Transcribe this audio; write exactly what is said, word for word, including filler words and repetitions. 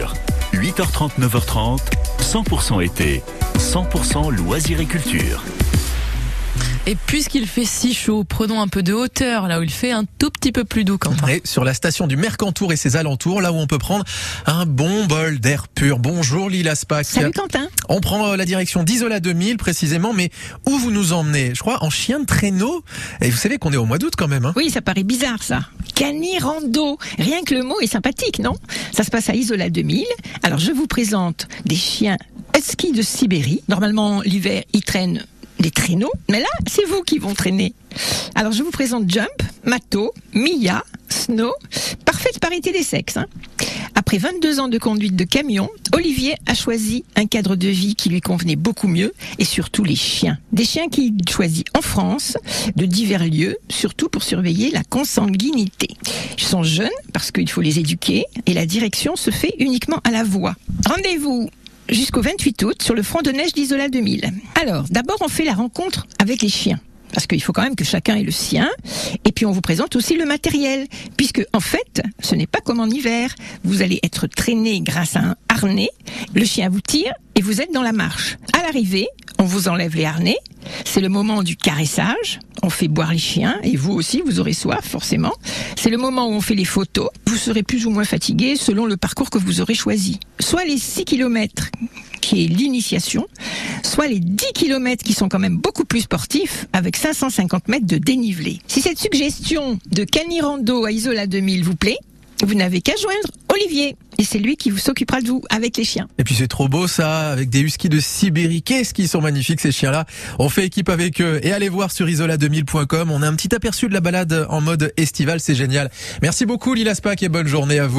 culture. huit heures trente, neuf heures trente, cent pour cent été, cent pour cent loisirs et culture. Et puisqu'il fait si chaud, prenons un peu de hauteur, là où il fait un tout petit peu plus doux, Quentin. Et sur la station du Mercantour et ses alentours, là où on peut prendre un bon bol d'air pur. Bonjour Lila Spack. Salut Quentin. On prend la direction d'Isola deux mille précisément, mais où vous nous emmenez? Je crois en chien de traîneau. Et vous savez qu'on est au mois d'août quand même, hein? Oui, ça paraît bizarre ça. Canirando. Rien que le mot est sympathique, non? Ça se passe à Isola deux mille. Alors je vous présente des chiens husky de Sibérie. Normalement, l'hiver, ils traînent des traîneaux, mais là, c'est vous qui vont traîner. Alors, je vous présente Jump, Mato, Mia, Snow, parfaite parité des sexes. Hein. Après vingt-deux ans de conduite de camion, Olivier a choisi un cadre de vie qui lui convenait beaucoup mieux, et surtout les chiens. Des chiens qu'il choisit en France, de divers lieux, surtout pour surveiller la consanguinité. Ils sont jeunes, parce qu'il faut les éduquer, et la direction se fait uniquement à la voix. Rendez-vous jusqu'au vingt-huit août sur le front de neige d'Isola deux mille. Alors, d'abord, on fait la rencontre avec les chiens. Parce qu'il faut quand même que chacun ait le sien. Et puis, on vous présente aussi le matériel. Puisque, en fait, ce n'est pas comme en hiver. Vous allez être traîné grâce à un harnais. Le chien vous tire et vous êtes dans la marche. À l'arrivée, on vous enlève les harnais. C'est le moment du caressage. On fait boire les chiens. Et vous aussi, vous aurez soif, forcément. C'est le moment où on fait les photos. Vous serez plus ou moins fatigué selon le parcours que vous aurez choisi. Soit les six kilomètres, qui est l'initiation, soit les dix kilomètres qui sont quand même beaucoup plus sportifs, avec cinq cent cinquante mètres de dénivelé. Si cette suggestion de Canirando à Isola deux mille vous plaît, vous n'avez qu'à joindre Olivier. Et c'est lui qui vous s'occupera de vous avec les chiens. Et puis c'est trop beau ça, avec des huskies de Sibérie. Qu'est-ce qu'ils sont magnifiques ces chiens-là. On fait équipe avec eux. Et allez voir sur isola deux mille point com. On a un petit aperçu de la balade en mode estival, c'est génial. Merci beaucoup Lila Spack et bonne journée à vous.